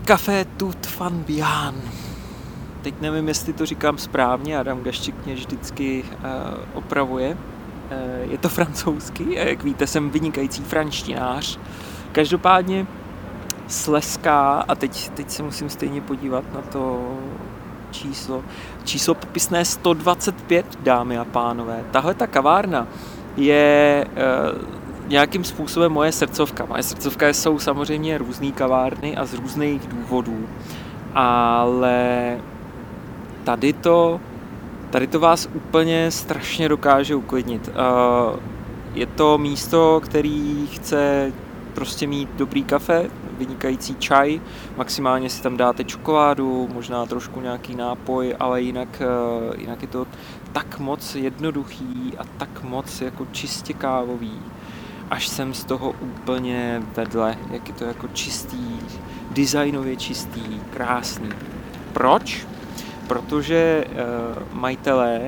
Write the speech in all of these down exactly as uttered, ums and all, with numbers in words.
Café Tut van Biaan. Teď nevím, jestli to říkám správně, Adam Gaščík mě vždycky uh, opravuje. Uh, je to francouzsky a jak víte, jsem vynikající franštinář. Každopádně Slezská, a teď, teď se musím stejně podívat na to číslo, číslo popisné sto dvacet pět, dámy a pánové. Tahle ta kavárna je uh, nějakým způsobem moje srdcovka. Moje srdcovka jsou samozřejmě různý kavárny a z různých důvodů, ale tady to, tady to vás úplně strašně dokáže uklidnit. Uh, je to místo, který chce prostě mít dobrý kafe, vynikající čaj, maximálně si tam dáte čokoládu, možná trošku nějaký nápoj, ale jinak, jinak je to tak moc jednoduchý a tak moc jako čistě kávový, až jsem z toho úplně vedle, jak je to jako čistý, designově čistý, krásný. Proč? Protože uh, majitelé,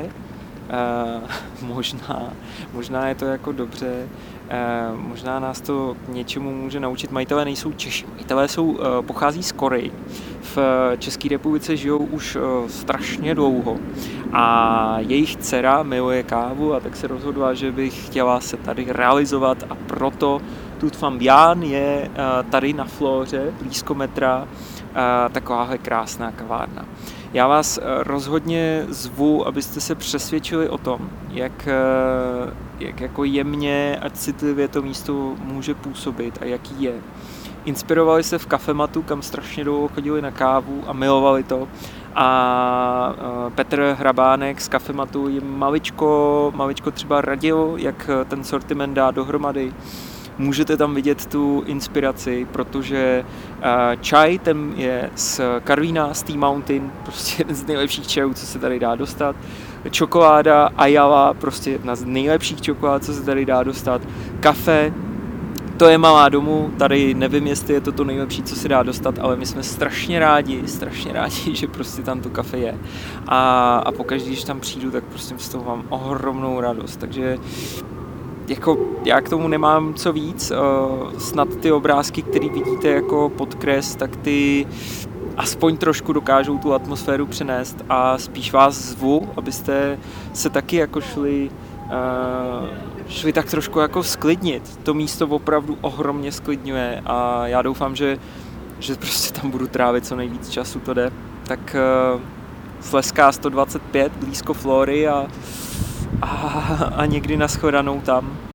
uh, možná, možná je to jako dobře, Uh, možná nás to k něčemu může naučit. Majitelé nejsou Češi. Majitelé jsou, uh, pochází z Koreji. V České republice žijou už uh, strašně dlouho. A jejich dcera miluje kávu a tak se rozhodla, že by chtěla se tady realizovat a proto Tut van Biaan je uh, tady na Flóře, blízko metra, uh, takováhle krásná kavárna. Já vás rozhodně zvu, abyste se přesvědčili o tom, jak, jak jako jemně a citlivě to místo může působit a jaký je. Inspirovali se v kafematu, kam strašně dlouho chodili na kávu a milovali to. A Petr Hrabánek z kafematu jim maličko, maličko třeba radil, jak ten sortiment dá dohromady. Můžete tam vidět tu inspiraci, protože uh, čaj ten je z Karvína, z Tea Mountain, prostě jeden z nejlepších čajů, co se tady dá dostat. Čokoláda Ayala, prostě jedna z nejlepších čokolád, co se tady dá dostat. Kafe, to je Malá domů, tady nevím, jestli je to to nejlepší, co se dá dostat, ale my jsme strašně rádi, strašně rádi, že prostě tam to kafe je. A, a pokaždé, když tam přijdu, tak prostě z toho mám ohromnou radost, takže jako já k tomu nemám co víc, snad ty obrázky, které vidíte jako podkres, tak ty aspoň trošku dokážou tu atmosféru přenést a spíš vás zvu, abyste se taky jako šli, šli tak trošku jako sklidnit. To místo opravdu ohromně sklidňuje a já doufám, že, že prostě tam budu trávit co nejvíc času, to jde. Tak Slezská sto dvacet pět, blízko Flóry a A, a někdy nashledanou tam.